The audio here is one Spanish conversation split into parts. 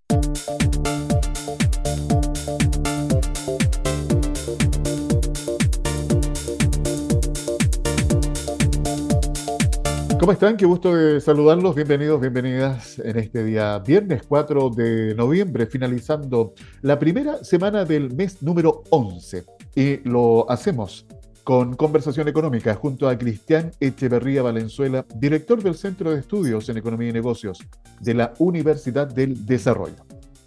¿Cómo están? Qué gusto de saludarlos. Bienvenidos, bienvenidas en este día viernes 4 de noviembre, finalizando la primera semana del mes número 11. Y lo hacemos con conversación económica junto a Cristian Echeverría Valenzuela, director del Centro de Estudios en Economía y Negocios de la Universidad del Desarrollo.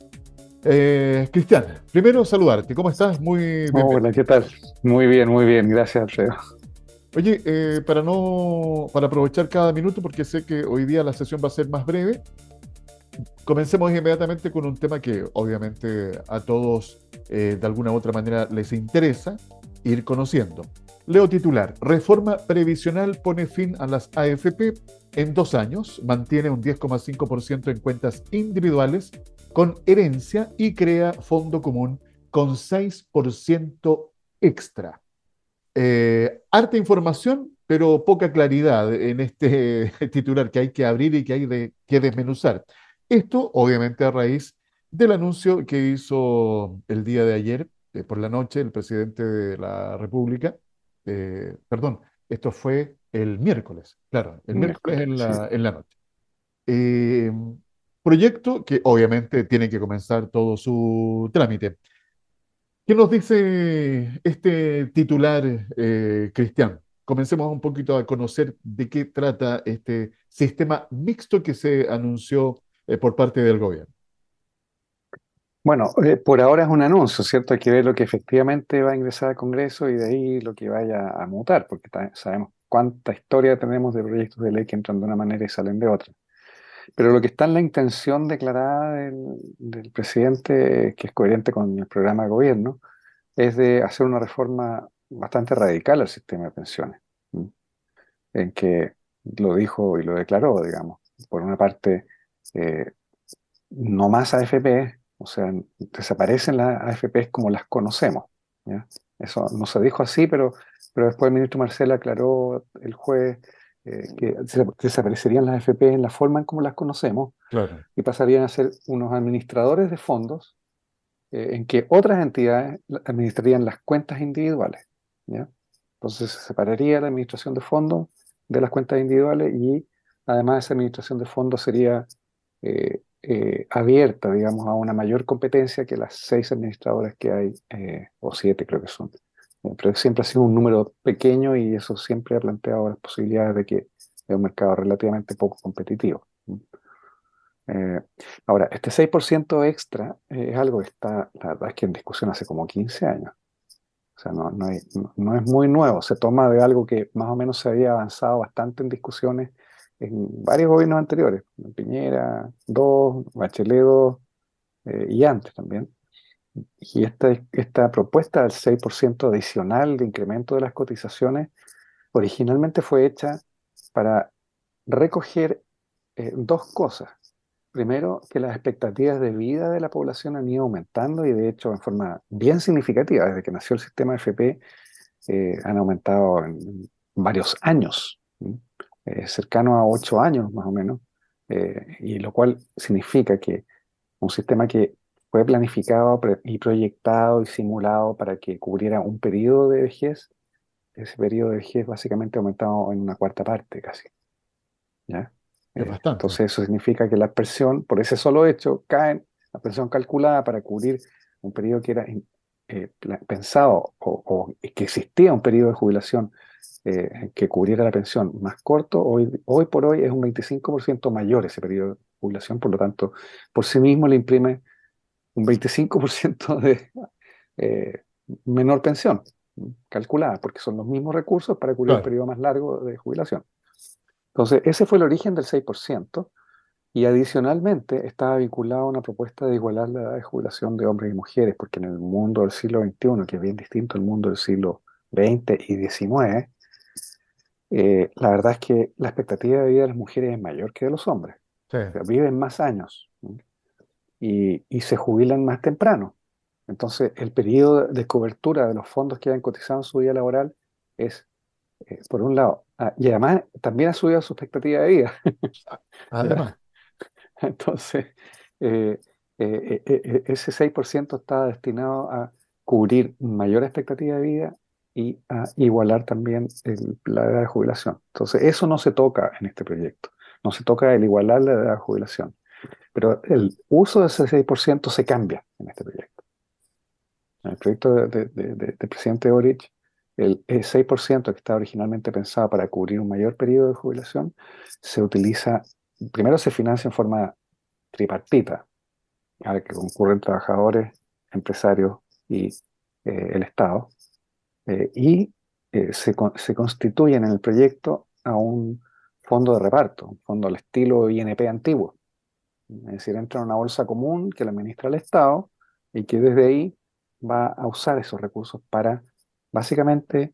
Cristian, primero saludarte. ¿Cómo estás? Muy bienvenido. Hola, ¿qué tal? Muy bien, gracias, Alfredo. Oye, para aprovechar cada minuto, porque sé que hoy día la sesión va a ser más breve, comencemos inmediatamente con un tema que obviamente a todos de alguna u otra manera les interesa ir conociendo. Leo titular: Reforma previsional pone fin a las AFP en 2 años, mantiene un 10,5% en cuentas individuales con herencia y crea fondo común con 6% extra. Harta información, pero poca claridad en este titular que hay que abrir y que hay que desmenuzar. Esto, obviamente, a raíz del anuncio que hizo el día de ayer, por la noche, el presidente de la República. Perdón, esto fue el miércoles, claro, el miércoles Miércoles, sí. en la noche. Eh, Proyecto que obviamente tiene que comenzar todo su trámite. ¿Qué nos dice este titular, Cristian? Comencemos un poquito a conocer de qué trata este sistema mixto que se anunció por parte del gobierno. Bueno, por ahora es un anuncio, ¿cierto? Hay que ver lo que efectivamente va a ingresar al Congreso y de ahí lo que vaya a mutar, porque sabemos cuánta historia tenemos de proyectos de ley que entran de una manera y salen de otra. Pero lo que está en la intención declarada del presidente, que es coherente con el programa de gobierno, es de hacer una reforma bastante radical al sistema de pensiones, ¿m? En que lo dijo y lo declaró, digamos. Por una parte, eh, no más AFP, o sea, desaparecen las AFP como las conocemos, ¿ya? Eso no se dijo así, pero después el ministro Marcel aclaró el jueves que desaparecerían las AFP en la forma en como las conocemos Claro. y pasarían a ser unos administradores de fondos en que otras entidades administrarían las cuentas individuales, ¿ya? Entonces se separaría la administración de fondos de las cuentas individuales y además esa administración de fondos sería abierta, digamos, a una mayor competencia que las 6 administradoras que hay, o 7 creo que son. Pero siempre ha sido un número pequeño y eso siempre ha planteado las posibilidades de que es un mercado relativamente poco competitivo. Eh, Ahora, este 6% extra es algo que está, la verdad es que en discusión hace como 15 años. O sea, no es muy nuevo. Se toma de algo que más o menos se había avanzado bastante en discusiones en varios gobiernos anteriores. Piñera, dos, Bachelet dos, y antes también. Y esta propuesta del 6% adicional de incremento de las cotizaciones originalmente fue hecha para recoger dos cosas. Primero, que las expectativas de vida de la población han ido aumentando y de hecho en forma bien significativa. Desde que nació el sistema FP han aumentado en varios años, ¿sí? Cercano a 8 años más o menos, y lo cual significa que un sistema que fue planificado y proyectado y simulado para que cubriera un periodo de vejez, ese periodo de vejez básicamente ha aumentado en una cuarta parte casi. ¿Ya? Es bastante. Entonces eso significa que la pensión, por ese solo hecho, cae la pensión calculada para cubrir un periodo que era pensado o que existía un periodo de jubilación que cubriera la pensión más corto, hoy por hoy es un 25% mayor ese periodo de jubilación, por lo tanto, por sí mismo le imprime un 25% de eh, menor pensión calculada, porque son los mismos recursos para cubrir un Claro. periodo más largo de jubilación. Entonces, ese fue el origen del 6% y adicionalmente estaba vinculado a una propuesta de igualar la edad de jubilación de hombres y mujeres, porque en el mundo del siglo XXI, que es bien distinto al mundo del siglo XX y XIX, la verdad es que la expectativa de vida de las mujeres es mayor que de los hombres. Sí. O sea, viven más años, ¿no? Y se jubilan más temprano. Entonces, el periodo de cobertura de los fondos que han cotizado en su vida laboral es, por un lado, y además también ha subido su expectativa de vida. ¿Ya? Además, Entonces, eh, ese 6% está destinado a cubrir mayor expectativa de vida y a igualar también la edad de jubilación. Entonces, eso no se toca en este proyecto. No se toca el igualar la edad de jubilación. Pero el uso de ese 6% se cambia en este proyecto. En el proyecto del presidente Boric, el 6% que estaba originalmente pensado para cubrir un mayor periodo de jubilación, se utiliza, primero se financia en forma tripartita, a la que concurren trabajadores, empresarios y el Estado, y se constituyen en el proyecto a un fondo de reparto, un fondo al estilo INP antiguo. Es decir, entra en una bolsa común que la administra el Estado y que desde ahí va a usar esos recursos para básicamente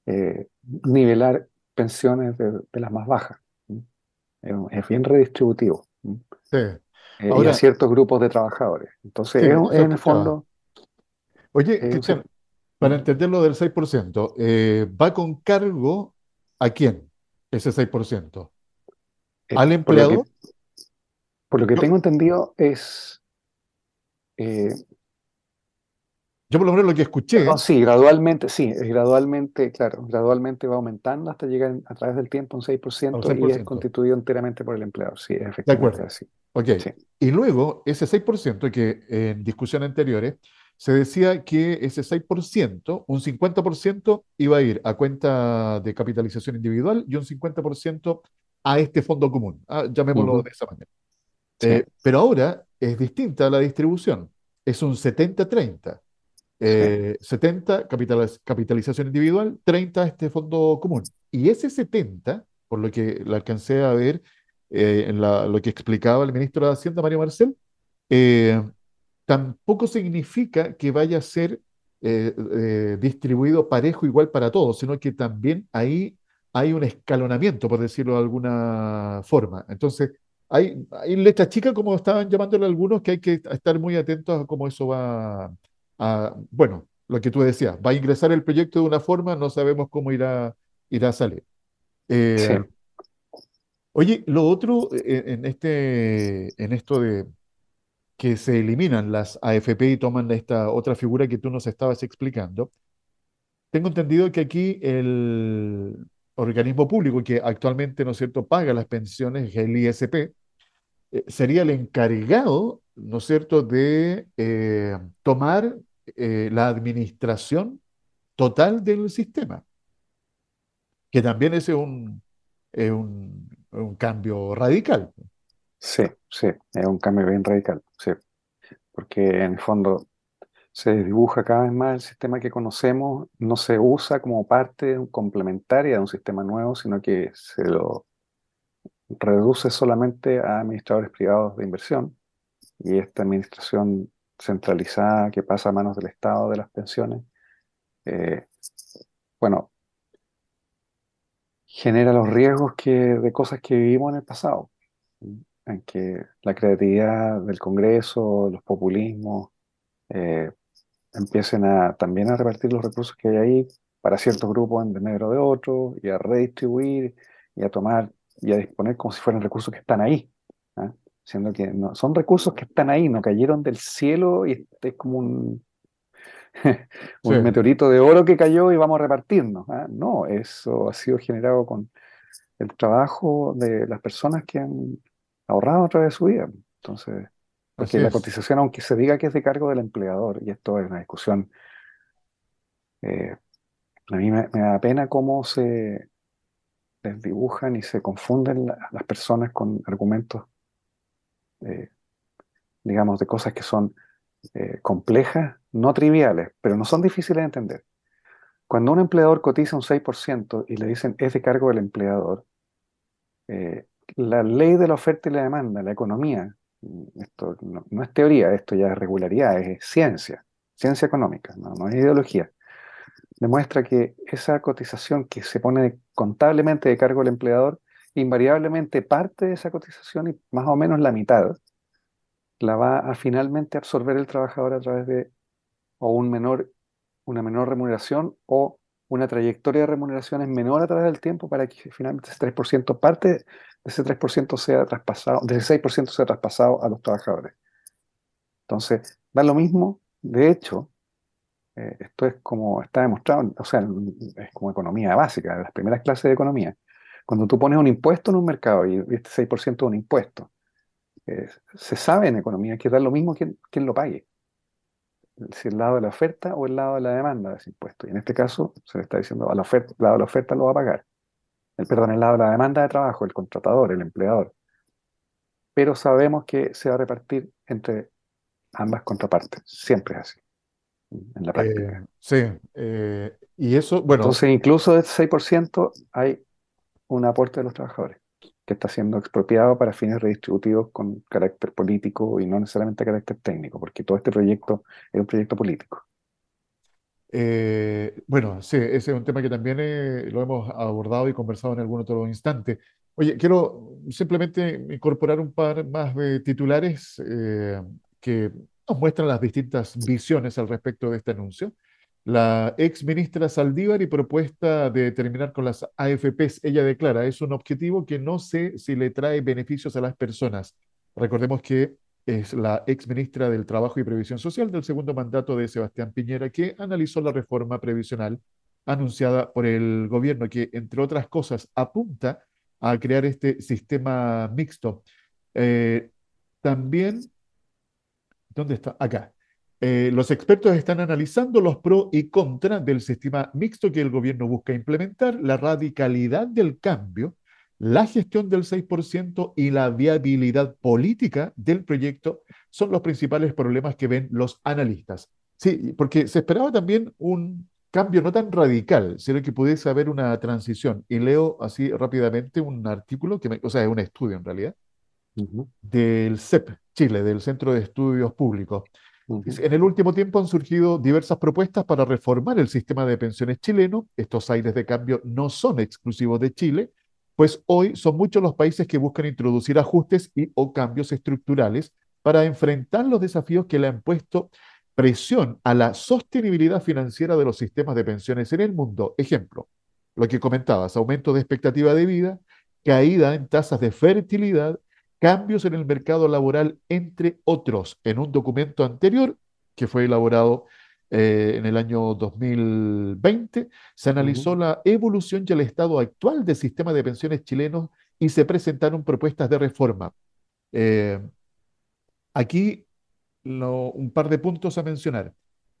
nivelar pensiones de las más bajas. ¿Mm? Es bien redistributivo. ¿Mm? Sí. Y a Ahora, ciertos grupos de trabajadores. Entonces, sí, es eso en el escuchaba. fondo, Oye, es un Cristian, ¿Mm? para entender lo del 6%, ¿va con cargo a quién ese 6%? Eh, ¿Al por lo que, empleador? por lo que Yo, tengo entendido es, eh, yo por lo menos lo que perdón, escuché sí, gradualmente, claro, gradualmente va aumentando hasta llegar a través del tiempo a un seis por al ciento y es 6%. constituido enteramente por el empleador. Sí, es De efectivamente acuerdo. así. Ok. Sí. Y luego, ese 6% que en discusiones anteriores se decía que ese 6%, un 50% iba a ir a cuenta de capitalización individual y un 50% a este fondo común. Llamémoslo Ujú. de esa manera. Sí, Pero ahora es distinta la distribución. Es un 70-30. sí, 70 capitalización individual, 30 este fondo común. Y ese 70, por lo que lo alcancé a ver lo que explicaba el ministro de Hacienda, Mario Marcel, eh, tampoco significa que vaya a ser distribuido parejo igual para todos, sino que también ahí hay un escalonamiento, por decirlo de alguna forma. Entonces, hay letra chica, como estaban llamándole algunos, que hay que estar muy atentos a cómo eso va bueno, lo que tú decías, va a ingresar el proyecto de una forma, no sabemos cómo irá a salir. sí, Eh, Oye, lo otro en esto de que se eliminan las AFP y toman esta otra figura que tú nos estabas explicando. Tengo entendido que aquí el organismo público que actualmente, ¿no es cierto?, paga las pensiones, el ISP, sería el encargado, ¿no es cierto?, de tomar la administración total del sistema, que también ese es un cambio radical. sí, sí, es un cambio bien radical, sí, porque en el fondo se dibuja cada vez más el sistema que conocemos, no se usa como parte complementaria de un sistema nuevo, sino que se lo reduce solamente a administradores privados de inversión y esta administración centralizada que pasa a manos del Estado de las pensiones, eh, bueno, genera los riesgos de cosas que vivimos en el pasado, en que la creatividad del Congreso, los populismos, eh, empiecen también a repartir los recursos que hay ahí para ciertos grupos en denegro de otros y a redistribuir y a tomar y a disponer como si fueran recursos que están ahí, ¿ah? Siendo que no, son recursos que están ahí, no cayeron del cielo y es como Sí, un meteorito de oro que cayó y vamos a repartirnos, ¿ah? No, eso ha sido generado con el trabajo de las personas que han ahorrado a través de su vida. Entonces, porque así la es. cotización, aunque se diga que es de cargo del empleador, y esto es una discusión, eh, a mí me da pena cómo se desdibujan y se confunden las personas con argumentos, eh, digamos, de cosas que son complejas, no triviales, pero no son difíciles de entender. Cuando un empleador cotiza un 6% y le dicen es de cargo del empleador, la ley de la oferta y la demanda, la economía, esto no es teoría, esto ya es regularidad, es ciencia, ciencia económica, no es ideología. Demuestra que esa cotización que se pone contablemente de cargo del empleador, invariablemente parte de esa cotización y más o menos la mitad la va a finalmente absorber el trabajador a través de o una menor remuneración o una trayectoria de remuneraciones menor a través del tiempo para que finalmente ese 3% parte de ese 3% sea traspasado, de ese 6% sea traspasado a los trabajadores. Entonces, da lo mismo. De hecho, esto es como está demostrado, o sea, es como economía básica, de las primeras clases de economía. Cuando tú pones un impuesto en un mercado y este 6% es un impuesto, se sabe en economía que da lo mismo quién lo pague, si el lado de la oferta o el lado de la demanda de ese impuesto. Y en este caso se le está diciendo a la oferta, el lado de la oferta lo va a pagar. Perdón, el lado de la demanda de trabajo, el contratador, el empleador. Pero sabemos que se va a repartir entre ambas contrapartes. Siempre es así, en la práctica. Sí, y eso, bueno, Entonces, incluso de ese 6% hay un aporte de los trabajadores que está siendo expropiado para fines redistributivos con carácter político y no necesariamente carácter técnico, porque todo este proyecto es un proyecto político. bueno, sí, ese es un tema que también lo hemos abordado y conversado en algún otro instante. Oye, quiero simplemente incorporar un par más de titulares que nos muestran las distintas visiones al respecto de este anuncio. La ex ministra Saldívar y propuesta de terminar con las AFPs, ella declara, es un objetivo que no sé si le trae beneficios a las personas. Recordemos que es la ex ministra del Trabajo y Previsión Social del segundo mandato de Sebastián Piñera, que analizó la reforma previsional anunciada por el gobierno, que, entre otras cosas, apunta a crear este sistema mixto. Eh, también, ¿dónde está? Acá. Los expertos están analizando los pros y contras del sistema mixto que el gobierno busca implementar, la radicalidad del cambio, la gestión del 6% y la viabilidad política del proyecto son los principales problemas que ven los analistas. Sí, porque se esperaba también un cambio no tan radical, sino que pudiese haber una transición. Y leo así rápidamente un artículo, o sea, es un estudio en realidad, Ujú, del CEP Chile, del Centro de Estudios Públicos. ujú, En el último tiempo han surgido diversas propuestas para reformar el sistema de pensiones chileno. Estos aires de cambio no son exclusivos de Chile, pues hoy son muchos los países que buscan introducir ajustes y o cambios estructurales para enfrentar los desafíos que le han puesto presión a la sostenibilidad financiera de los sistemas de pensiones en el mundo. Ejemplo, lo que comentabas, aumento de expectativa de vida, caída en tasas de fertilidad, cambios en el mercado laboral, entre otros. En un documento anterior, que fue elaborado en el año 2020, se ujú. analizó la evolución y el estado actual del sistema de pensiones chilenos y se presentaron propuestas de reforma. Eh, aquí un par de puntos a mencionar.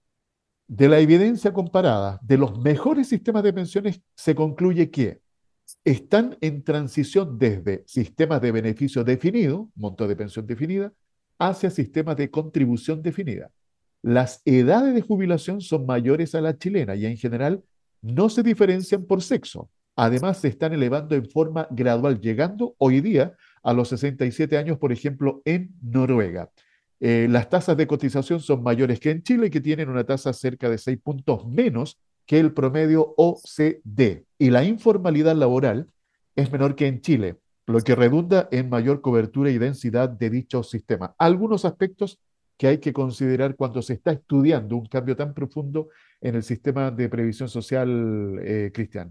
De la evidencia comparada de los mejores sistemas de pensiones se concluye que están en transición desde sistemas de beneficio definido, monto de pensión definida, hacia sistemas de contribución definida. Las edades de jubilación son mayores a la chilena y en general no se diferencian por sexo. Además, se están elevando en forma gradual, llegando hoy día a los 67 años, por ejemplo, en Noruega. Las tasas de cotización son mayores que en Chile, que tienen una tasa cerca de 6 puntos menos que el promedio OCDE. Y la informalidad laboral es menor que en Chile, lo que redunda en mayor cobertura y densidad de dicho sistema. Algunos aspectos que hay que considerar cuando se está estudiando un cambio tan profundo en el sistema de previsión social, Cristian.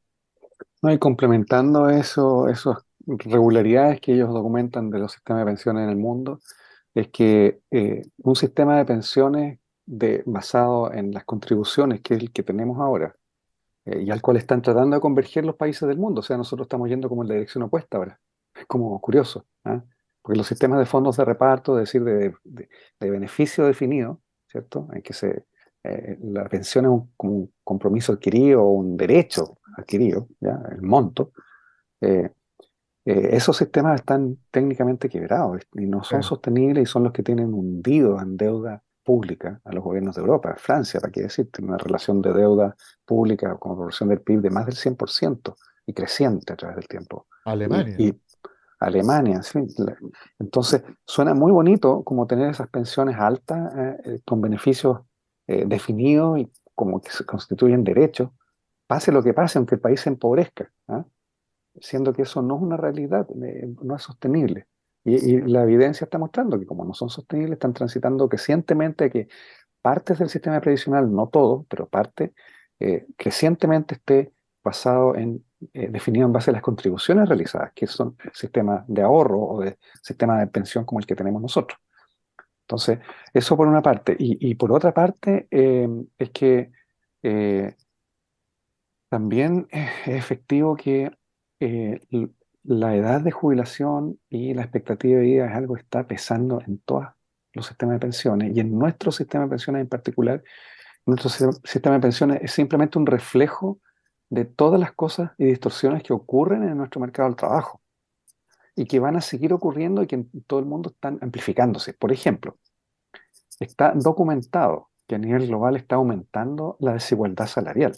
No, y complementando eso, esas regularidades que ellos documentan de los sistemas de pensiones en el mundo, es que un sistema de pensiones basado en las contribuciones, que es el que tenemos ahora, y al cual están tratando de converger los países del mundo. O sea, nosotros estamos yendo como en la dirección opuesta ahora. Es como curioso, ¿ah? Porque los sistemas de fondos de reparto, es decir, de beneficio definido, ¿cierto? En que la pensión es como un compromiso adquirido o un derecho adquirido, ¿ya? El monto. eh, Esos sistemas están técnicamente quebrados y no Sí, son sostenibles y son los que tienen hundido en deuda pública a los gobiernos de Europa. Francia, para qué decir, tiene una relación de deuda pública como proporción del PIB de más del 100% y creciente a través del tiempo. Alemania. Y Alemania, sí. Entonces, suena muy bonito como tener esas pensiones altas con beneficios definidos y como que se constituyen derechos, pase lo que pase, aunque el país se empobrezca. ¿Ah? Siendo que eso no es una realidad, no es sostenible. Y la evidencia está mostrando que como no son sostenibles, están transitando crecientemente a que partes del sistema previsional, no todo, pero parte, crecientemente esté basado definido en base a las contribuciones realizadas, que son sistemas de ahorro o de sistemas de pensión como el que tenemos nosotros. Entonces, eso por una parte. Y por otra parte, es que eh, también es efectivo que la edad de jubilación y la expectativa de vida es algo que está pesando en todos los sistemas de pensiones y en nuestro sistema de pensiones en particular. Nuestro sistema de pensiones es simplemente un reflejo de todas las cosas y distorsiones que ocurren en nuestro mercado del trabajo y que van a seguir ocurriendo y que en todo el mundo están amplificándose. Por ejemplo, está documentado que a nivel global está aumentando la desigualdad salarial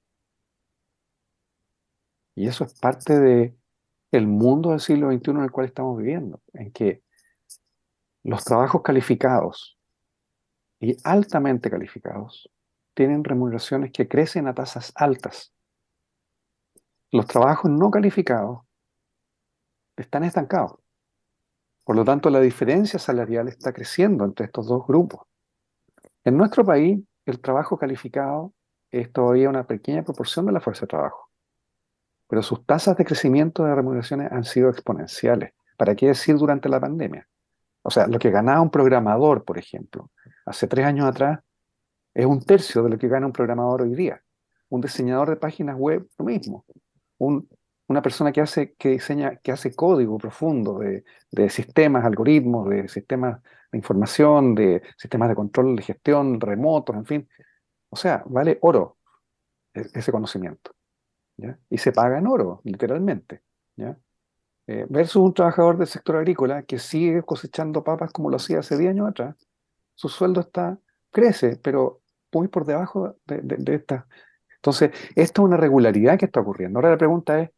y eso es parte de el mundo del siglo XXI en el cual estamos viviendo, en que los trabajos calificados y altamente calificados tienen remuneraciones que crecen a tasas altas. Los trabajos no calificados están estancados. Por lo tanto, la diferencia salarial está creciendo entre estos dos grupos. En nuestro país, el trabajo calificado es todavía una pequeña proporción de la fuerza de trabajo, pero sus tasas de crecimiento de remuneraciones han sido exponenciales. ¿Para qué decir durante la pandemia? O sea, lo que ganaba un programador, por ejemplo, hace 3 años atrás, es un tercio de lo que gana un programador hoy día. Un diseñador de páginas web, lo mismo. Un- una persona que diseña, que hace código profundo de sistemas, algoritmos, de sistemas de información, de sistemas de control de gestión, remotos, en fin. O sea, vale oro ese conocimiento, ¿ya? Y se paga en oro, literalmente, ¿ya? Versus un trabajador del sector agrícola que sigue cosechando papas como lo hacía hace 10 años atrás, su sueldo crece, pero muy por debajo de esta. Entonces, esto es una regularidad que está ocurriendo. Ahora la pregunta es,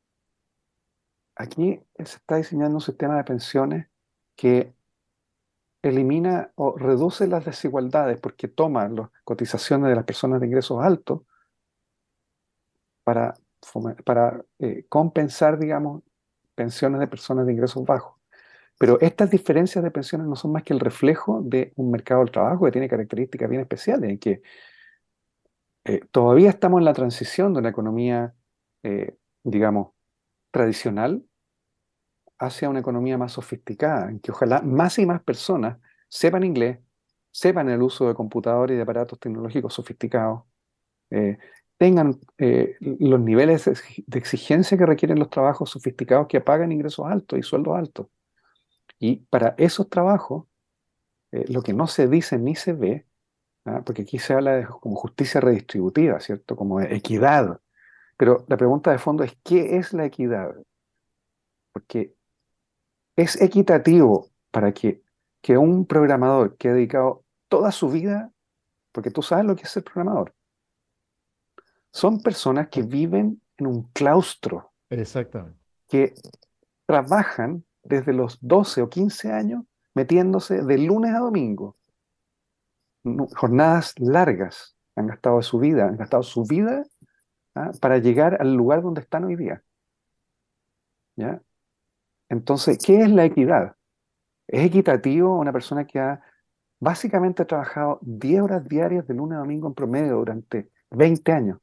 aquí se está diseñando un sistema de pensiones que elimina o reduce las desigualdades porque toma las cotizaciones de las personas de ingresos altos para, compensar, digamos, pensiones de personas de ingresos bajos. Pero estas diferencias de pensiones no son más que el reflejo de un mercado del trabajo que tiene características bien especiales, en que todavía estamos en la transición de una economía, digamos, tradicional hacia una economía más sofisticada, en que ojalá más y más personas sepan inglés, sepan el uso de computadores y de aparatos tecnológicos sofisticados, eh, tengan los niveles de exigencia que requieren los trabajos sofisticados que pagan ingresos altos y sueldos altos. Y para esos trabajos, lo que no se dice ni se ve, porque aquí se habla de como justicia redistributiva, ¿cierto? Como de equidad. Pero la pregunta de fondo es, ¿qué es la equidad? Porque es equitativo para que un programador que ha dedicado toda su vida, porque tú sabes lo que es ser programador, son personas que viven en un claustro, Exactamente. que trabajan desde los 12 o 15 años metiéndose de lunes a domingo, jornadas largas, han gastado su vida, para llegar al lugar donde están hoy día, ¿ya? Entonces, ¿qué es la equidad? Es equitativo a una persona que ha básicamente trabajado 10 horas diarias de lunes a domingo en promedio durante 20 años,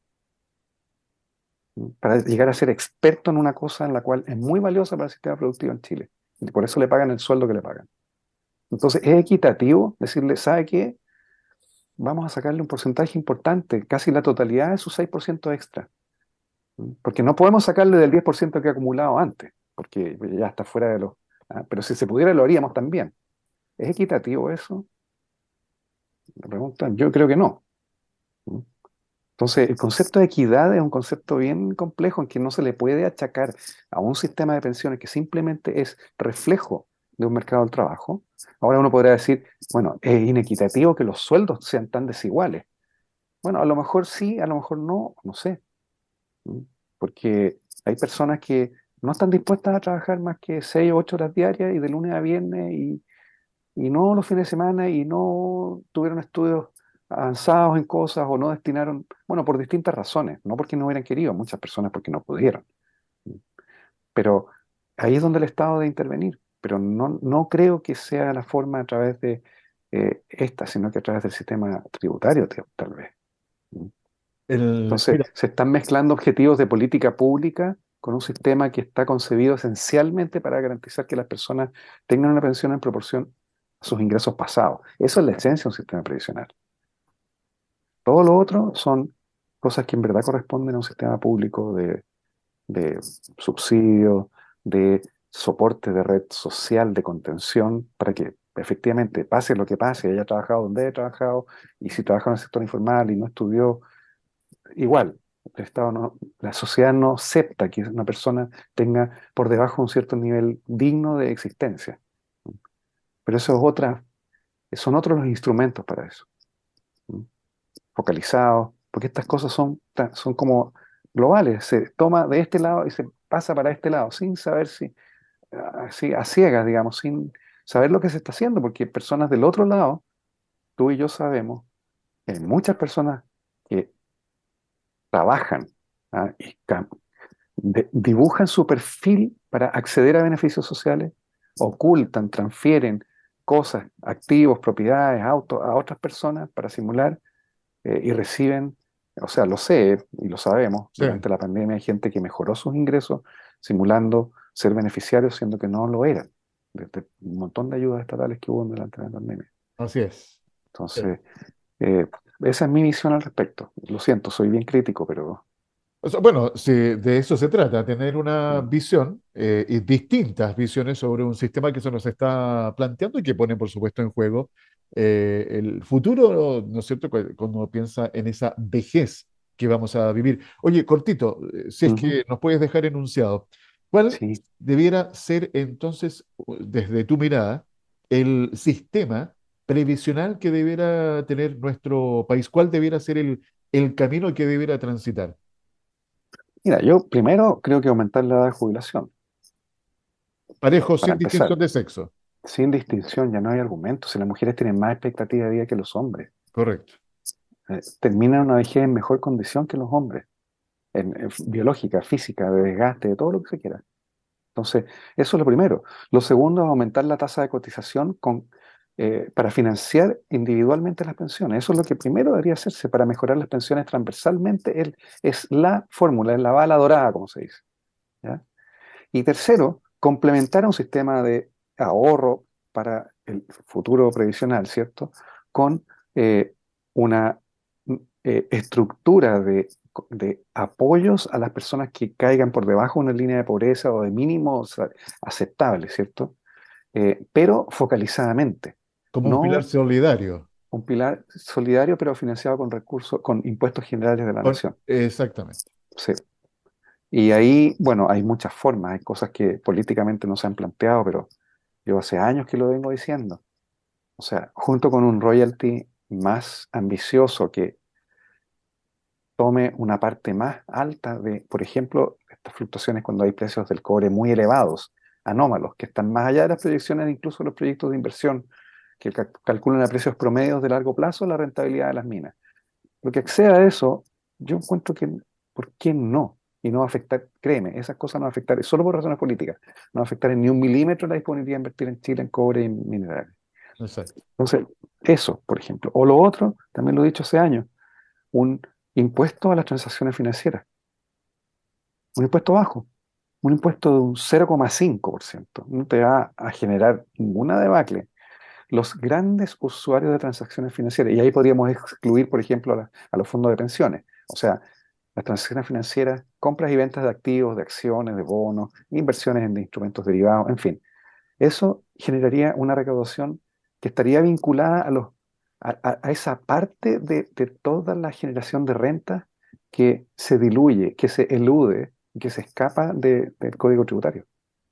¿no? Para llegar a ser experto en una cosa en la cual es muy valiosa para el sistema productivo en Chile. Y por eso le pagan el sueldo que le pagan. Entonces, es equitativo decirle, ¿sabe qué? Vamos a sacarle un porcentaje importante, casi la totalidad de su 6% extra. ¿No? Porque no podemos sacarle del 10% que ha acumulado antes, porque ya está fuera de los... Pero si se pudiera, lo haríamos también. ¿Es equitativo eso? Me preguntan. Yo creo que no. ¿No? Entonces, el concepto de equidad es un concepto bien complejo en que no se le puede achacar a un sistema de pensiones que simplemente es reflejo de un mercado del trabajo. Ahora uno podrá decir, bueno, es inequitativo que los sueldos sean tan desiguales. Bueno, a lo mejor sí, a lo mejor no, no sé. ¿Mm? Porque hay personas que no están dispuestas a trabajar más que 6 o 8 horas diarias y de lunes a viernes y no los fines de semana y no tuvieron estudios avanzados en cosas o no destinaron, bueno, por distintas razones, no porque no hubieran querido, muchas personas porque no pudieron. Pero ahí es donde el Estado debe intervenir, pero no creo que sea la forma a través de esta, sino que a través del sistema tributario, tal vez. Entonces, Mira, se están mezclando objetivos de política pública con un sistema que está concebido esencialmente para garantizar que las personas tengan una pensión en proporción a sus ingresos pasados. Eso es la esencia de un sistema previsional. Todo lo otro son cosas que en verdad corresponden a un sistema público de subsidio, de soporte de red social, de contención, para que efectivamente pase lo que pase, haya trabajado donde haya trabajado, y si trabaja en el sector informal y no estudió, igual. El Estado no, la sociedad no acepta que una persona tenga por debajo un cierto nivel digno de existencia. Pero eso es otra, son otros los instrumentos para eso, ¿no? Focalizados, porque estas cosas son como globales, se toma de este lado y se pasa para este lado, sin saber si, así, a ciegas, digamos, sin saber lo que se está haciendo, porque personas del otro lado, tú y yo sabemos, que hay muchas personas que trabajan, ¿ah? Y dibujan su perfil para acceder a beneficios sociales, ocultan, transfieren cosas, activos, propiedades, autos a otras personas para simular, y reciben, o sea, lo sé y lo sabemos, Sí, durante la pandemia hay gente que mejoró sus ingresos simulando ser beneficiarios siendo que no lo eran, de un montón de ayudas estatales que hubo durante la pandemia. así es. Sí. Entonces, eh, esa es mi visión al respecto. Lo siento, soy bien crítico, pero... O sea, bueno, si de eso se trata, tener una mm, visión y distintas visiones sobre un sistema que se nos está planteando y que pone, por supuesto, en juego el futuro, ¿no es cierto?, cuando uno piensa en esa vejez que vamos a vivir. Oye, cortito, si es ujú, que nos puedes dejar enunciado, ¿cuál sí. debiera ser entonces, desde tu mirada, el sistema previsional que debiera tener nuestro país? ¿Cuál debiera ser el camino que debiera transitar? Mira, yo primero creo que aumentar la edad de jubilación, Parejo, para sin distinción empezar. de sexo. Sin distinción, ya no hay argumentos. Si las mujeres tienen más expectativa de vida que los hombres, Correcto. terminan una vejez en mejor condición que los hombres, en biológica, física, de desgaste, de todo lo que se quiera. Entonces, eso es lo primero. Lo segundo es aumentar la tasa de cotización para financiar individualmente las pensiones. Eso es lo que primero debería hacerse para mejorar las pensiones transversalmente. Es la fórmula, es la bala dorada, como se dice. ¿Ya? Y tercero, complementar un sistema de ahorro para el futuro previsional, ¿cierto? Con una estructura de apoyos a las personas que caigan por debajo de una línea de pobreza o de mínimos aceptables, ¿cierto? Pero focalizadamente, Como un pilar no solidario. un pilar solidario, pero financiado con recursos, con impuestos generales de la nación. Exactamente. Sí. Y ahí, bueno, hay muchas formas, hay cosas que políticamente no se han planteado, pero yo hace años que lo vengo diciendo. O sea, junto con un royalty más ambicioso que tome una parte más alta de, por ejemplo, estas fluctuaciones cuando hay precios del cobre muy elevados, anómalos, que están más allá de las proyecciones de incluso los proyectos de inversión, que calculan a precios promedios de largo plazo la rentabilidad de las minas. Lo que exceda de eso, yo encuentro que, ¿por qué no? Y no va a afectar, créeme, esas cosas no van a afectar, solo por razones políticas, no va a afectar en ni un milímetro la disponibilidad de invertir en Chile en cobre y en minerales. Exacto. Entonces, eso, por ejemplo. O lo otro, también lo he dicho hace años, un impuesto a las transacciones financieras, un impuesto bajo, un impuesto de un 0,5%. No te va a generar ninguna debacle. Los grandes usuarios de transacciones financieras, y ahí podríamos excluir, por ejemplo, a los fondos de pensiones. O sea, las transacciones financieras, compras y ventas de activos, de acciones, de bonos, inversiones en instrumentos derivados, en fin. Eso generaría una recaudación que estaría vinculada a esa parte de toda la generación de renta que se diluye, que se elude, que se escapa del código tributario.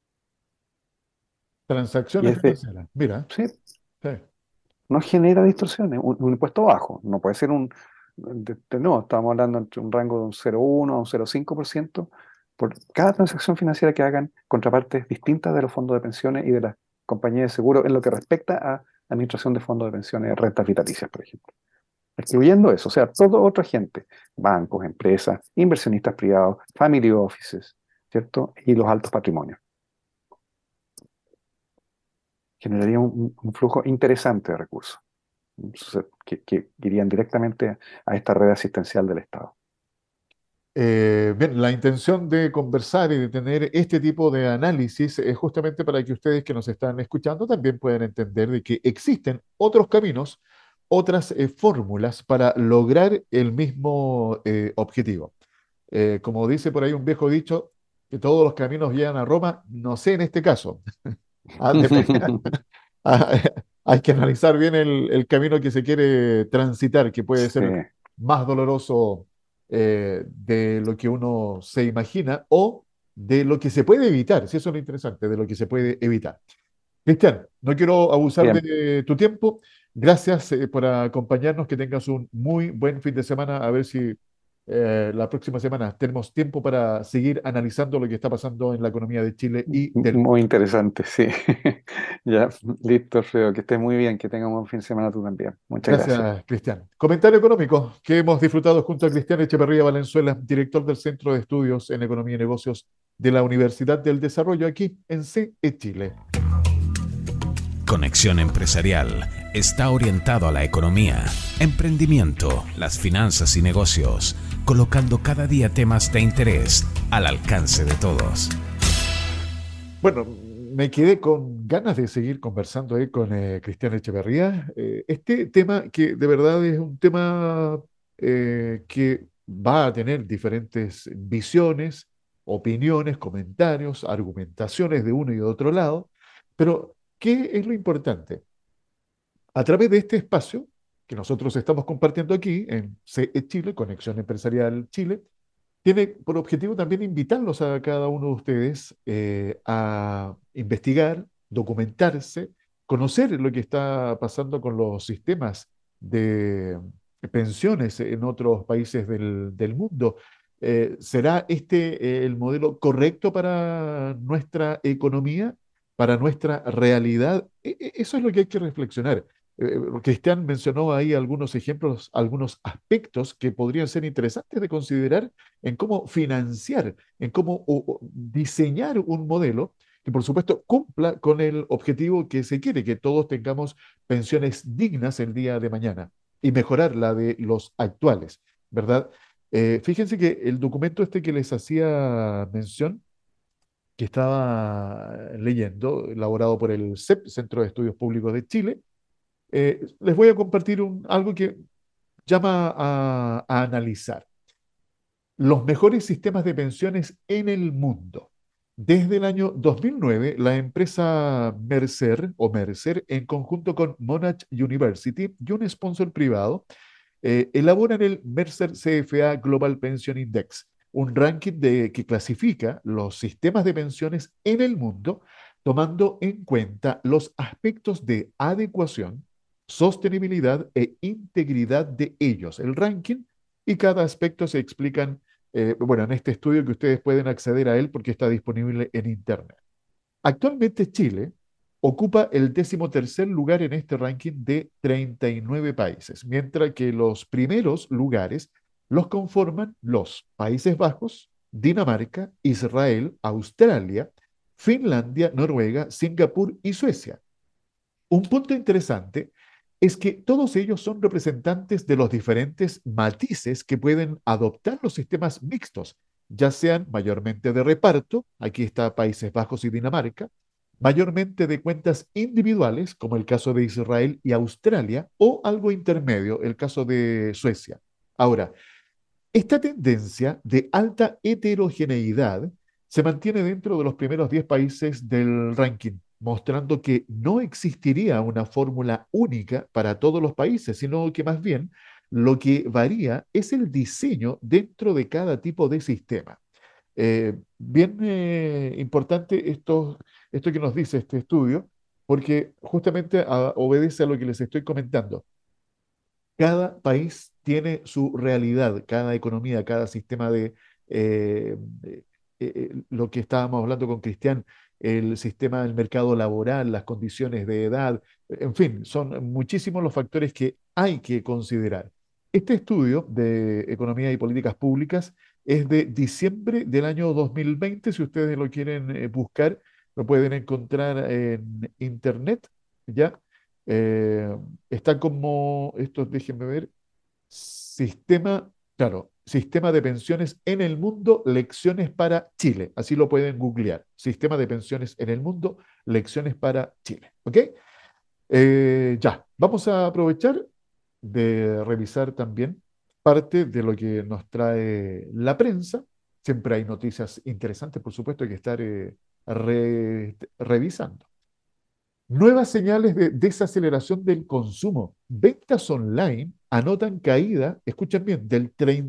Y Transacciones es de, financieras. Mira, sí, sí, no genera distorsiones. Un impuesto bajo, no puede ser no, estamos hablando entre un rango de un 0,1 a un 0,5% por cada transacción financiera que hagan contrapartes distintas de los fondos de pensiones y de las compañías de seguro en lo que respecta a administración de fondos de pensiones, rentas vitalicias, por ejemplo. Excluyendo eso, o sea, toda otra gente, bancos, empresas, inversionistas privados, family offices, ¿cierto? Y los altos patrimonios. Generaría un flujo interesante de recursos, que irían directamente a esta red asistencial del Estado. Bien, la intención de conversar y de tener este tipo de análisis es justamente para que ustedes que nos están escuchando también puedan entender de que existen otros caminos, otras fórmulas para lograr el mismo objetivo. Como dice por ahí un viejo dicho, que todos los caminos llegan a Roma, no sé en este caso. Ah, Ah, hay que analizar bien el camino que se quiere transitar, que puede Sí, ser más doloroso de lo que uno se imagina o de lo que se puede evitar, si eso es lo interesante, de lo que se puede evitar. Cristian, no quiero abusar bien. de tu tiempo. Gracias por acompañarnos, que tengas un muy buen fin de semana. A ver si la próxima semana tenemos tiempo para seguir analizando lo que está pasando en la economía de Chile y del Muy mundo. interesante, sí. Ya, listo, Alfredo. Que estés muy bien, que tengas un buen fin de semana tú también. Muchas gracias. Gracias, Cristian. Comentario económico que hemos disfrutado junto a Cristian Echeverría Valenzuela, director del Centro de Estudios en Economía y Negocios de la Universidad del Desarrollo, aquí en CE Chile. Conexión Empresarial está orientado a la economía, emprendimiento, las finanzas y negocios, colocando cada día temas de interés al alcance de todos. Bueno, me quedé con ganas de seguir conversando ahí con Cristian Echeverría. Este tema que de verdad es un tema que va a tener diferentes visiones, opiniones, comentarios, argumentaciones de uno y de otro lado, pero ¿qué es lo importante? A través de este espacio que nosotros estamos compartiendo aquí en CE Chile, Conexión Empresarial Chile, tiene por objetivo también invitarlos a cada uno de ustedes a investigar, documentarse, conocer lo que está pasando con los sistemas de pensiones en otros países del mundo. ¿Será este el modelo correcto para nuestra economía, para nuestra realidad? Eso es lo que hay que reflexionar. Cristian mencionó ahí algunos ejemplos, algunos aspectos que podrían ser interesantes de considerar en cómo financiar, en cómo diseñar un modelo que por supuesto cumpla con el objetivo que se quiere, que todos tengamos pensiones dignas el día de mañana y mejorar la de los actuales, ¿verdad? Fíjense que el documento este que les hacía mención, que estaba leyendo, elaborado por el CEP, Centro de Estudios Públicos de Chile, les voy a compartir algo que llama a analizar los mejores sistemas de pensiones en el mundo. Desde el año 2009, la empresa Mercer, en conjunto con Monash University y un sponsor privado, elaboran el Mercer CFA Global Pension Index, un ranking que clasifica los sistemas de pensiones en el mundo, tomando en cuenta los aspectos de adecuación, sostenibilidad e integridad de ellos. El ranking y cada aspecto se explican, bueno, en este estudio que ustedes pueden acceder a él porque está disponible en Internet. Actualmente Chile ocupa el 13º lugar en este ranking de 39 países, mientras que los primeros lugares los conforman los Países Bajos, Dinamarca, Israel, Australia, Finlandia, Noruega, Singapur y Suecia. Un punto interesante es que todos ellos son representantes de los diferentes matices que pueden adoptar los sistemas mixtos, ya sean mayormente de reparto, aquí está Países Bajos y Dinamarca, mayormente de cuentas individuales, como el caso de Israel y Australia, o algo intermedio, el caso de Suecia. Ahora, esta tendencia de alta heterogeneidad se mantiene dentro de los primeros 10 países del ranking, mostrando que no existiría una fórmula única para todos los países, sino que más bien lo que varía es el diseño dentro de cada tipo de sistema. Bien importante esto que nos dice este estudio, porque justamente obedece a lo que les estoy comentando. Cada país tiene su realidad, cada economía, cada sistema lo que estábamos hablando con Cristian, el sistema del mercado laboral, las condiciones de edad, en fin, son muchísimos los factores que hay que considerar. Este estudio de economía y políticas públicas es de diciembre del año 2020. Si ustedes lo quieren buscar, lo pueden encontrar en internet, ¿ya? Eh, Está como, esto déjenme ver, sistema, claro, Sistema de pensiones en el mundo, lecciones para Chile. Así lo pueden googlear. Sistema de pensiones en el mundo, lecciones para Chile. ¿Ok? Ya, vamos a aprovechar de revisar también parte de lo que nos trae la prensa. Siempre hay noticias interesantes, por supuesto, hay que estar revisando. Nuevas señales de desaceleración del consumo. Ventas online anotan caída, escuchen bien, del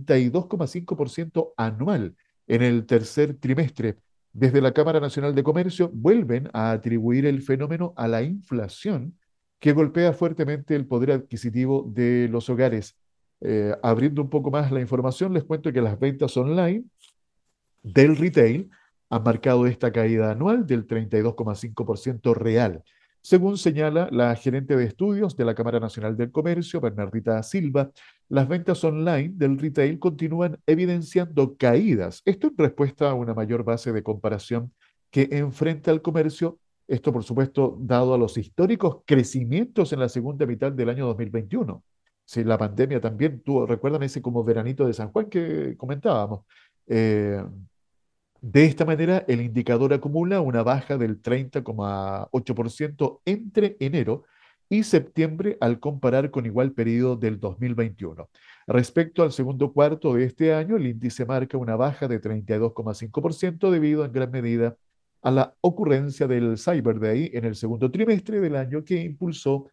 32,5% anual en el tercer trimestre. Desde la Cámara Nacional de Comercio vuelven a atribuir el fenómeno a la inflación que golpea fuertemente el poder adquisitivo de los hogares. Abriendo un poco más la información, les cuento que las ventas online del retail han marcado esta caída anual del 32,5% real. Según señala la gerente de estudios de la Cámara Nacional del Comercio, Bernardita Silva, las ventas online del retail continúan evidenciando caídas. Esto en respuesta a una mayor base de comparación que enfrenta el comercio. Esto, por supuesto, dado a los históricos crecimientos en la segunda mitad del año 2021. Si la pandemia también tuvo, recuerdan ese como veranito de San Juan que comentábamos. Eh, de esta manera, el indicador acumula una baja del 30,8% entre enero y septiembre al comparar con igual periodo del 2021. Respecto al segundo cuarto de este año, el índice marca una baja de 32,5% debido en gran medida a la ocurrencia del Cyber Day en el segundo trimestre del año que impulsó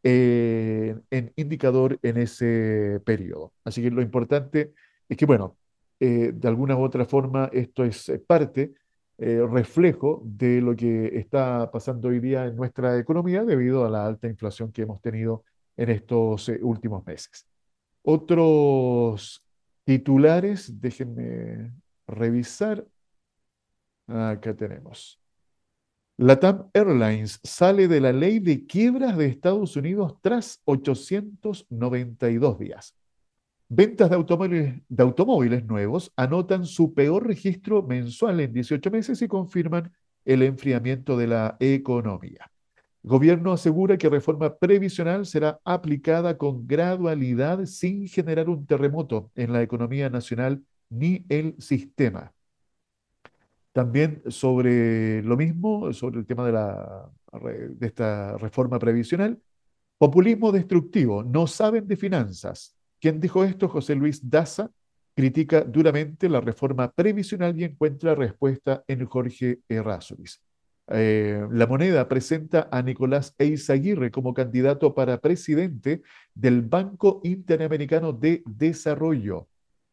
en indicador en ese periodo. Así que lo importante es que, bueno, de alguna u otra forma esto es parte, reflejo de lo que está pasando hoy día en nuestra economía debido a la alta inflación que hemos tenido en estos últimos meses. Otros titulares, déjenme revisar. Acá tenemos. LATAM Airlines sale de la ley de quiebras de Estados Unidos tras 892 días. Ventas de automóviles nuevos anotan su peor registro mensual en 18 meses y confirman el enfriamiento de la economía. Gobierno asegura que reforma previsional será aplicada con gradualidad sin generar un terremoto en la economía nacional ni el sistema. También sobre lo mismo, sobre el tema de esta reforma previsional, populismo destructivo, no saben de finanzas. ¿Quién dijo esto? José Luis Daza critica duramente la reforma previsional y encuentra respuesta en Jorge Errázuriz. La Moneda presenta a Nicolás Eizaguirre como candidato para presidente del Banco Interamericano de Desarrollo.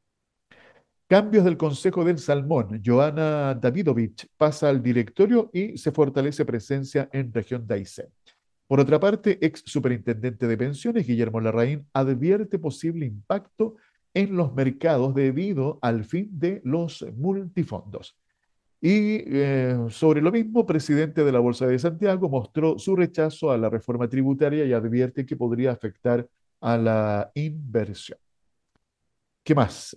Cambios del Consejo del Salmón. Joana Davidovich pasa al directorio y se fortalece presencia en región de Aysén. Por otra parte, ex superintendente de pensiones, Guillermo Larraín, advierte posible impacto en los mercados debido al fin de los multifondos. Y sobre lo mismo, presidente de la Bolsa de Santiago mostró su rechazo a la reforma tributaria y advierte que podría afectar a la inversión. ¿Qué más?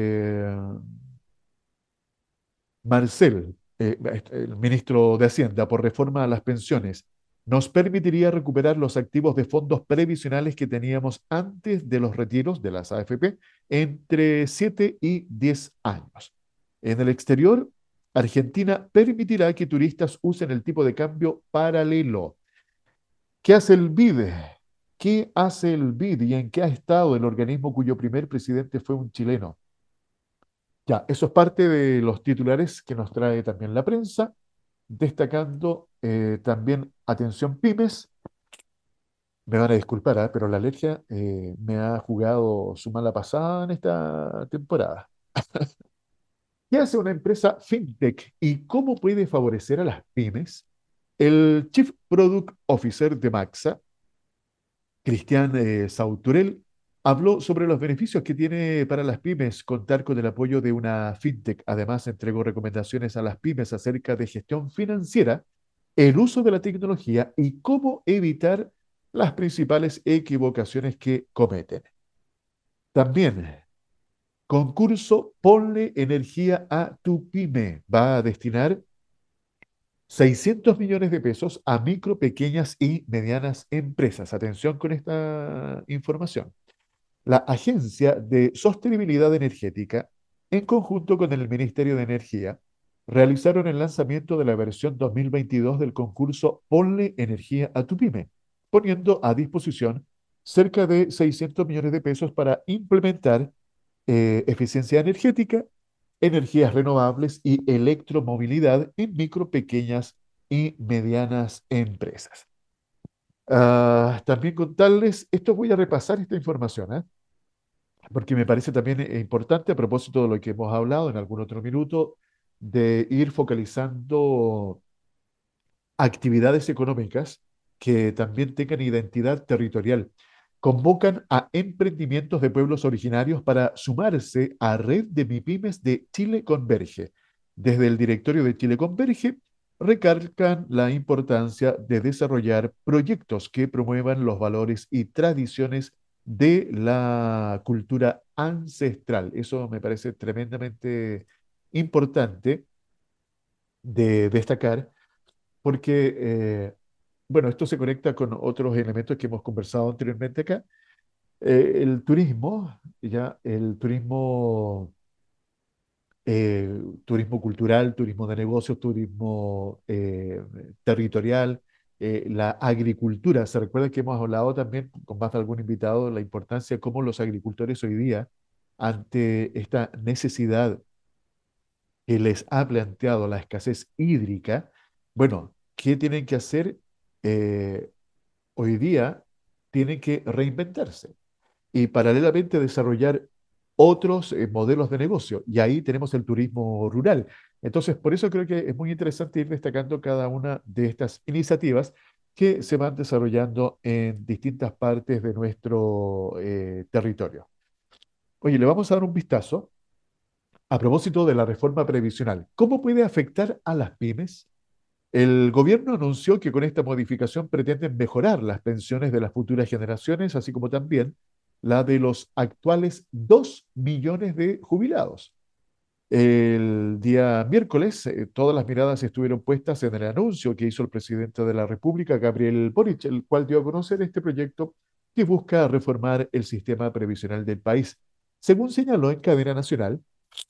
Marcel, el ministro de Hacienda, por reforma a las pensiones, nos permitiría recuperar los activos de fondos previsionales que teníamos antes de los retiros de las AFP entre 7 y 10 años. En el exterior, Argentina permitirá que turistas usen el tipo de cambio paralelo. ¿Qué hace el BID? ¿Qué hace el BID y en qué ha estado el organismo cuyo primer presidente fue un chileno? Ya, eso es parte de los titulares que nos trae también la prensa, destacando también atención pymes. Me van a disculpar, pero la alergia me ha jugado su mala pasada en esta temporada. ¿Qué hace una empresa fintech y cómo puede favorecer a las pymes? El Chief Product Officer de Maxa, Cristian Sauturel, habló sobre los beneficios que tiene para las pymes contar con el apoyo de una fintech. Además, entregó recomendaciones a las pymes acerca de gestión financiera, el uso de la tecnología y cómo evitar las principales equivocaciones que cometen. También, concurso Ponle Energía a tu pyme. Va a destinar 600 millones de pesos a micro, pequeñas y medianas empresas. Atención con esta información. La Agencia de Sostenibilidad Energética, en conjunto con el Ministerio de Energía, realizaron el lanzamiento de la versión 2022 del concurso Ponle Energía a tu pyme, poniendo a disposición cerca de 600 millones de pesos para implementar eficiencia energética, energías renovables y electromovilidad en micro, pequeñas y medianas empresas. También contarles, esto voy a repasar esta información, porque me parece también importante a propósito de lo que hemos hablado en algún otro minuto, de ir focalizando actividades económicas que también tengan identidad territorial. Convocan a emprendimientos de pueblos originarios para sumarse a red de MIPYMES de Chile Converge. Desde el directorio de Chile Converge, recalcan la importancia de desarrollar proyectos que promuevan los valores y tradiciones de la cultura ancestral. Eso me parece tremendamente importante de destacar porque, bueno, esto se conecta con otros elementos que hemos conversado anteriormente acá. El turismo, ya, el turismo, turismo cultural, turismo de negocios, turismo territorial, la agricultura. Se recuerda que hemos hablado también con más de algún invitado de la importancia de cómo los agricultores hoy día, ante esta necesidad que les ha planteado la escasez hídrica, bueno, ¿qué tienen que hacer? Eh, Hoy día tienen que reinventarse y paralelamente desarrollar otros modelos de negocio. Y ahí tenemos el turismo rural. Entonces, por eso creo que es muy interesante ir destacando cada una de estas iniciativas que se van desarrollando en distintas partes de nuestro territorio. Oye, le vamos a dar un vistazo a propósito de la reforma previsional. ¿Cómo puede afectar a las pymes? El gobierno anunció que con esta modificación pretenden mejorar las pensiones de las futuras generaciones, así como también la de los actuales 2 millones de jubilados. El día miércoles, todas las miradas estuvieron puestas en el anuncio que hizo el presidente de la República, Gabriel Boric, el cual dio a conocer este proyecto que busca reformar el sistema previsional del país. Según señaló en cadena nacional,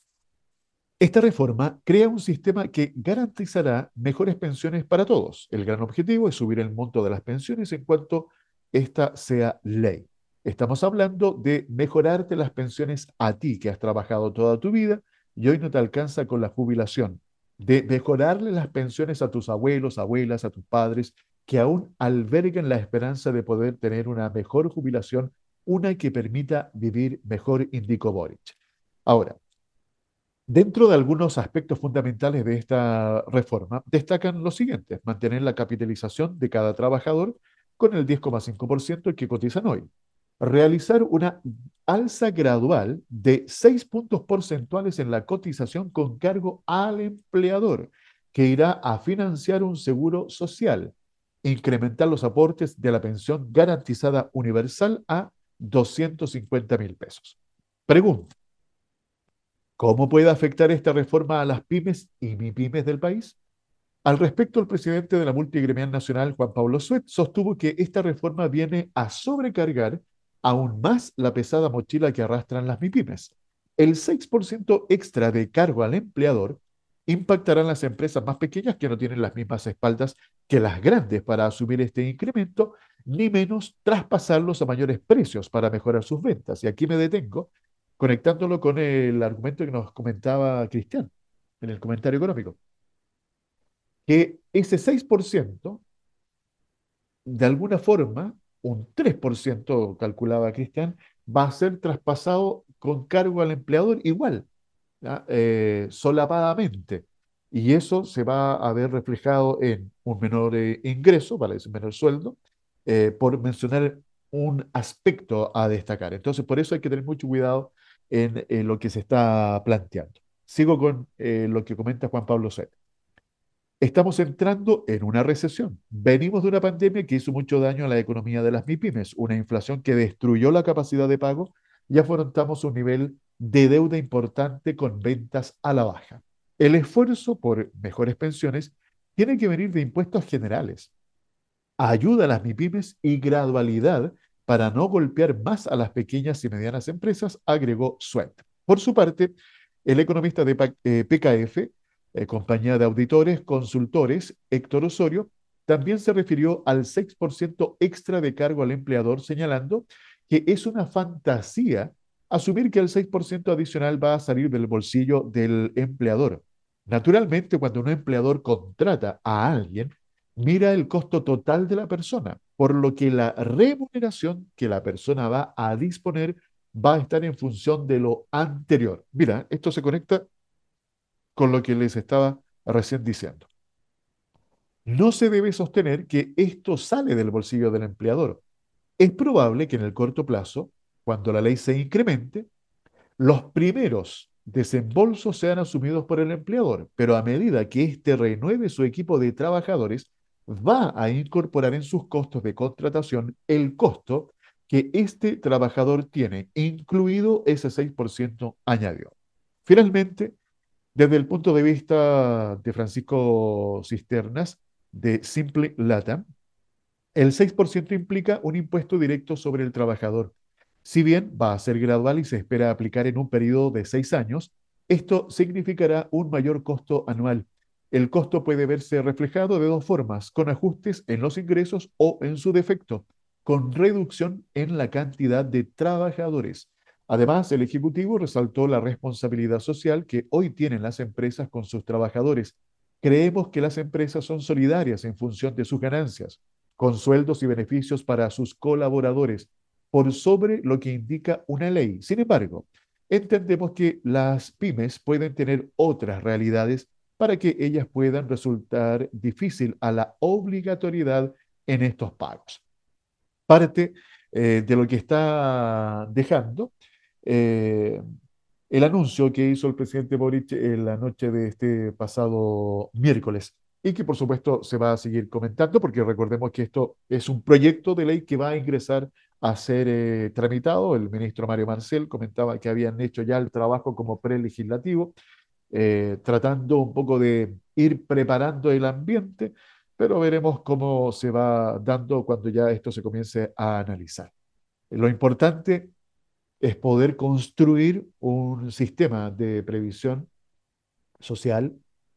esta reforma crea un sistema que garantizará mejores pensiones para todos. El gran objetivo es subir el monto de las pensiones en cuanto esta sea ley. Estamos hablando de mejorarte las pensiones a ti que has trabajado toda tu vida y hoy no te alcanza con la jubilación. De mejorarle las pensiones a tus abuelos, abuelas, a tus padres que aún albergan la esperanza de poder tener una mejor jubilación, una que permita vivir mejor, indicó Boric. Ahora, dentro de algunos aspectos fundamentales de esta reforma, destacan los siguientes: mantener la capitalización de cada trabajador con el 10,5% que cotizan hoy, realizar una alza gradual de 6 puntos porcentuales en la cotización con cargo al empleador, que irá a financiar un seguro social, incrementar los aportes de la pensión garantizada universal a 250.000 pesos. Pregunta: ¿cómo puede afectar esta reforma a las pymes y MIPYMES del país? Al respecto, el presidente de la Multigremial Nacional, Juan Pablo Suet, sostuvo que esta reforma viene a sobrecargar aún más la pesada mochila que arrastran las MIPYMES. El 6% extra de cargo al empleador impactará en las empresas más pequeñas que no tienen las mismas espaldas que las grandes para asumir este incremento, ni menos traspasarlos a mayores precios para mejorar sus ventas. Y aquí me detengo, conectándolo con el argumento que nos comentaba Cristian en el comentario económico, que ese 6%, de alguna forma, un 3% calculaba Cristian, va a ser traspasado con cargo al empleador igual, ¿ya? Solapadamente. Y eso se va a ver reflejado en un menor ingreso, vale decir, menor sueldo, por mencionar un aspecto a destacar. Entonces, por eso hay que tener mucho cuidado en lo que se está planteando. Sigo con lo que comenta Juan Pablo Sete. Estamos entrando en una recesión. Venimos de una pandemia que hizo mucho daño a la economía de las MIPYMES, una inflación que destruyó la capacidad de pago y afrontamos un nivel de deuda importante con ventas a la baja. El esfuerzo por mejores pensiones tiene que venir de impuestos generales, ayuda a las MIPYMES y gradualidad para no golpear más a las pequeñas y medianas empresas, agregó Sweat. Por su parte, el economista de PKF, compañía de auditores, consultores, Héctor Osorio, también se refirió al 6% extra de cargo al empleador, señalando que es una fantasía asumir que el 6% adicional va a salir del bolsillo del empleador. Naturalmente, cuando un empleador contrata a alguien, mira el costo total de la persona, por lo que la remuneración que la persona va a disponer va a estar en función de lo anterior. Mira, esto se conecta con lo que les estaba recién diciendo. No se debe sostener que esto sale del bolsillo del empleador. Es probable que en el corto plazo, cuando la ley se incremente, los primeros desembolsos sean asumidos por el empleador, pero a medida que éste renueve su equipo de trabajadores, va a incorporar en sus costos de contratación el costo que este trabajador tiene, incluido ese 6% añadido. Finalmente, desde el punto de vista de Francisco Cisternas, de Simple Latam, el 6% implica un impuesto directo sobre el trabajador. Si bien va a ser gradual y se espera aplicar en un periodo de 6 años, esto significará un mayor costo anual. El costo puede verse reflejado de dos formas, con ajustes en los ingresos o, en su defecto, con reducción en la cantidad de trabajadores. Además, el Ejecutivo resaltó la responsabilidad social que hoy tienen las empresas con sus trabajadores. Creemos que las empresas son solidarias en función de sus ganancias, con sueldos y beneficios para sus colaboradores, por sobre lo que indica una ley. Sin embargo, entendemos que las pymes pueden tener otras realidades para que ellas puedan resultar difícil a la obligatoriedad en estos pagos. Parte de lo que está dejando eh, el anuncio que hizo el presidente Boric en la noche de este pasado miércoles y que por supuesto se va a seguir comentando porque recordemos que esto es un proyecto de ley que va a ingresar a ser tramitado. El ministro Mario Marcel comentaba que habían hecho ya el trabajo como prelegislativo, tratando un poco de ir preparando el ambiente, pero veremos cómo se va dando cuando ya esto se comience a analizar. Lo importante es poder construir un sistema de previsión social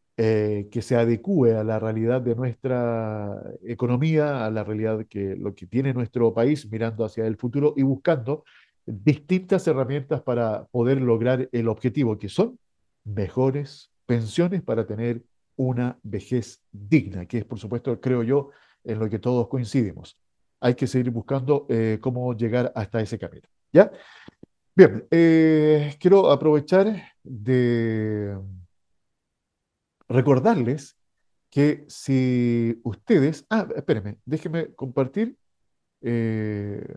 que se adecue a la realidad de nuestra economía, a la realidad que lo que tiene nuestro país, mirando hacia el futuro y buscando distintas herramientas para poder lograr el objetivo, que son mejores pensiones para tener una vejez digna, que es, por supuesto, creo yo, en lo que todos coincidimos. Hay que seguir buscando cómo llegar hasta ese camino. ¿Ya? Bien, quiero aprovechar de recordarles que si ustedes, espérenme, déjenme compartir eh,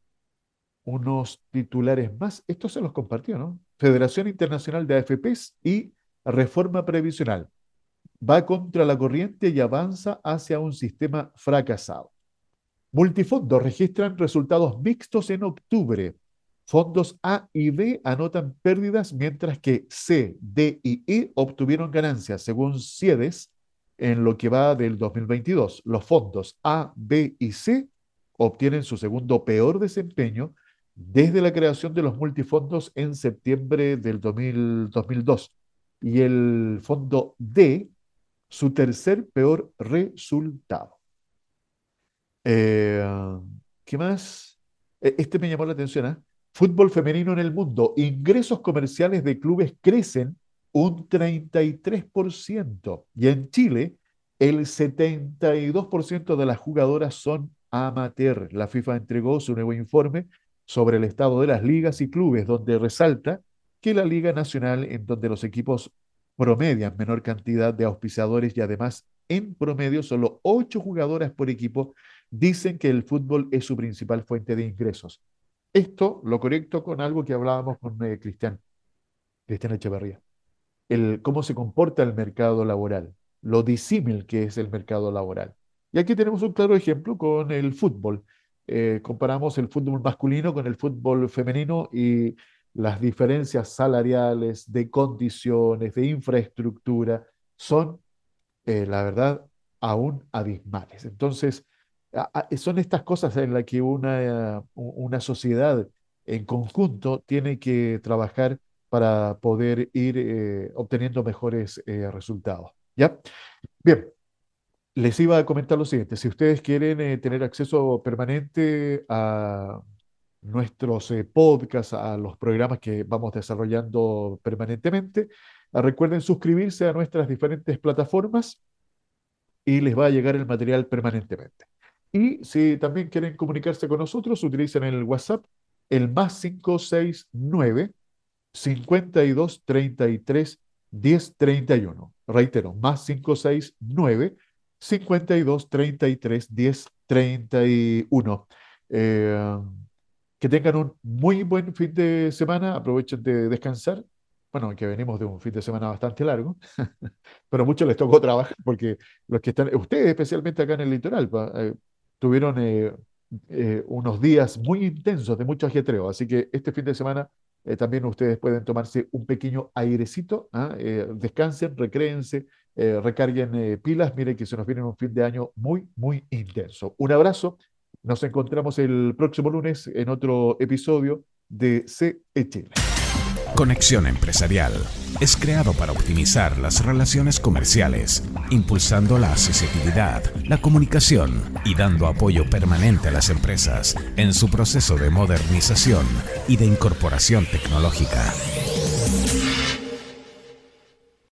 unos titulares más. Esto se los compartió, ¿no? Federación Internacional de AFPs y Reforma Previsional. Va contra la corriente y avanza hacia un sistema fracasado. Multifondos registran resultados mixtos en octubre. Fondos A y B anotan pérdidas, mientras que C, D y E obtuvieron ganancias, según CIEDES, en lo que va del 2022. Los fondos A, B y C obtienen su segundo peor desempeño desde la creación de los multifondos en septiembre del 2002. Y el fondo D, su tercer peor resultado. Eh, ¿Qué más? Este me llamó la atención, ¿ah? Fútbol femenino en el mundo. Ingresos comerciales de clubes crecen un 33%. Y en Chile, el 72% de las jugadoras son amateur. La FIFA entregó su nuevo informe sobre el estado de las ligas y clubes, donde resalta que la Liga Nacional, en donde los equipos promedian menor cantidad de auspiciadores y además en promedio solo 8 jugadoras por equipo, dicen que el fútbol es su principal fuente de ingresos. Esto lo conecto con algo que hablábamos con Cristian Echeverría, el cómo se comporta el mercado laboral, lo disímil que es el mercado laboral. Y aquí tenemos un claro ejemplo con el fútbol. Comparamos el fútbol masculino con el fútbol femenino y las diferencias salariales, de condiciones, de infraestructura, son, la verdad, aún abismales. Entonces, son estas cosas en las que una sociedad en conjunto tiene que trabajar para poder ir obteniendo mejores resultados. ¿Ya? Bien, les iba a comentar lo siguiente. Si ustedes quieren tener acceso permanente a nuestros podcasts, a los programas que vamos desarrollando permanentemente, recuerden suscribirse a nuestras diferentes plataformas y les va a llegar el material permanentemente. Y si también quieren comunicarse con nosotros, utilicen el WhatsApp, el más 569 5233 1031. Reitero, más 569 5233 1031. Eh, que tengan un muy buen fin de semana, aprovechen de descansar. Bueno, que venimos de un fin de semana bastante largo, pero a muchos les tocó trabajar porque los que están, ustedes especialmente acá en el litoral, tuvieron unos días muy intensos de mucho ajetreo, así que este fin de semana también ustedes pueden tomarse un pequeño airecito, ¿ah? Descansen, recréense, recarguen pilas, miren que se nos viene un fin de año muy, muy intenso. Un abrazo, nos encontramos el próximo lunes en otro episodio de CE Chile. Conexión Empresarial es creado para optimizar las relaciones comerciales, impulsando la accesibilidad, la comunicación y dando apoyo permanente a las empresas en su proceso de modernización y de incorporación tecnológica.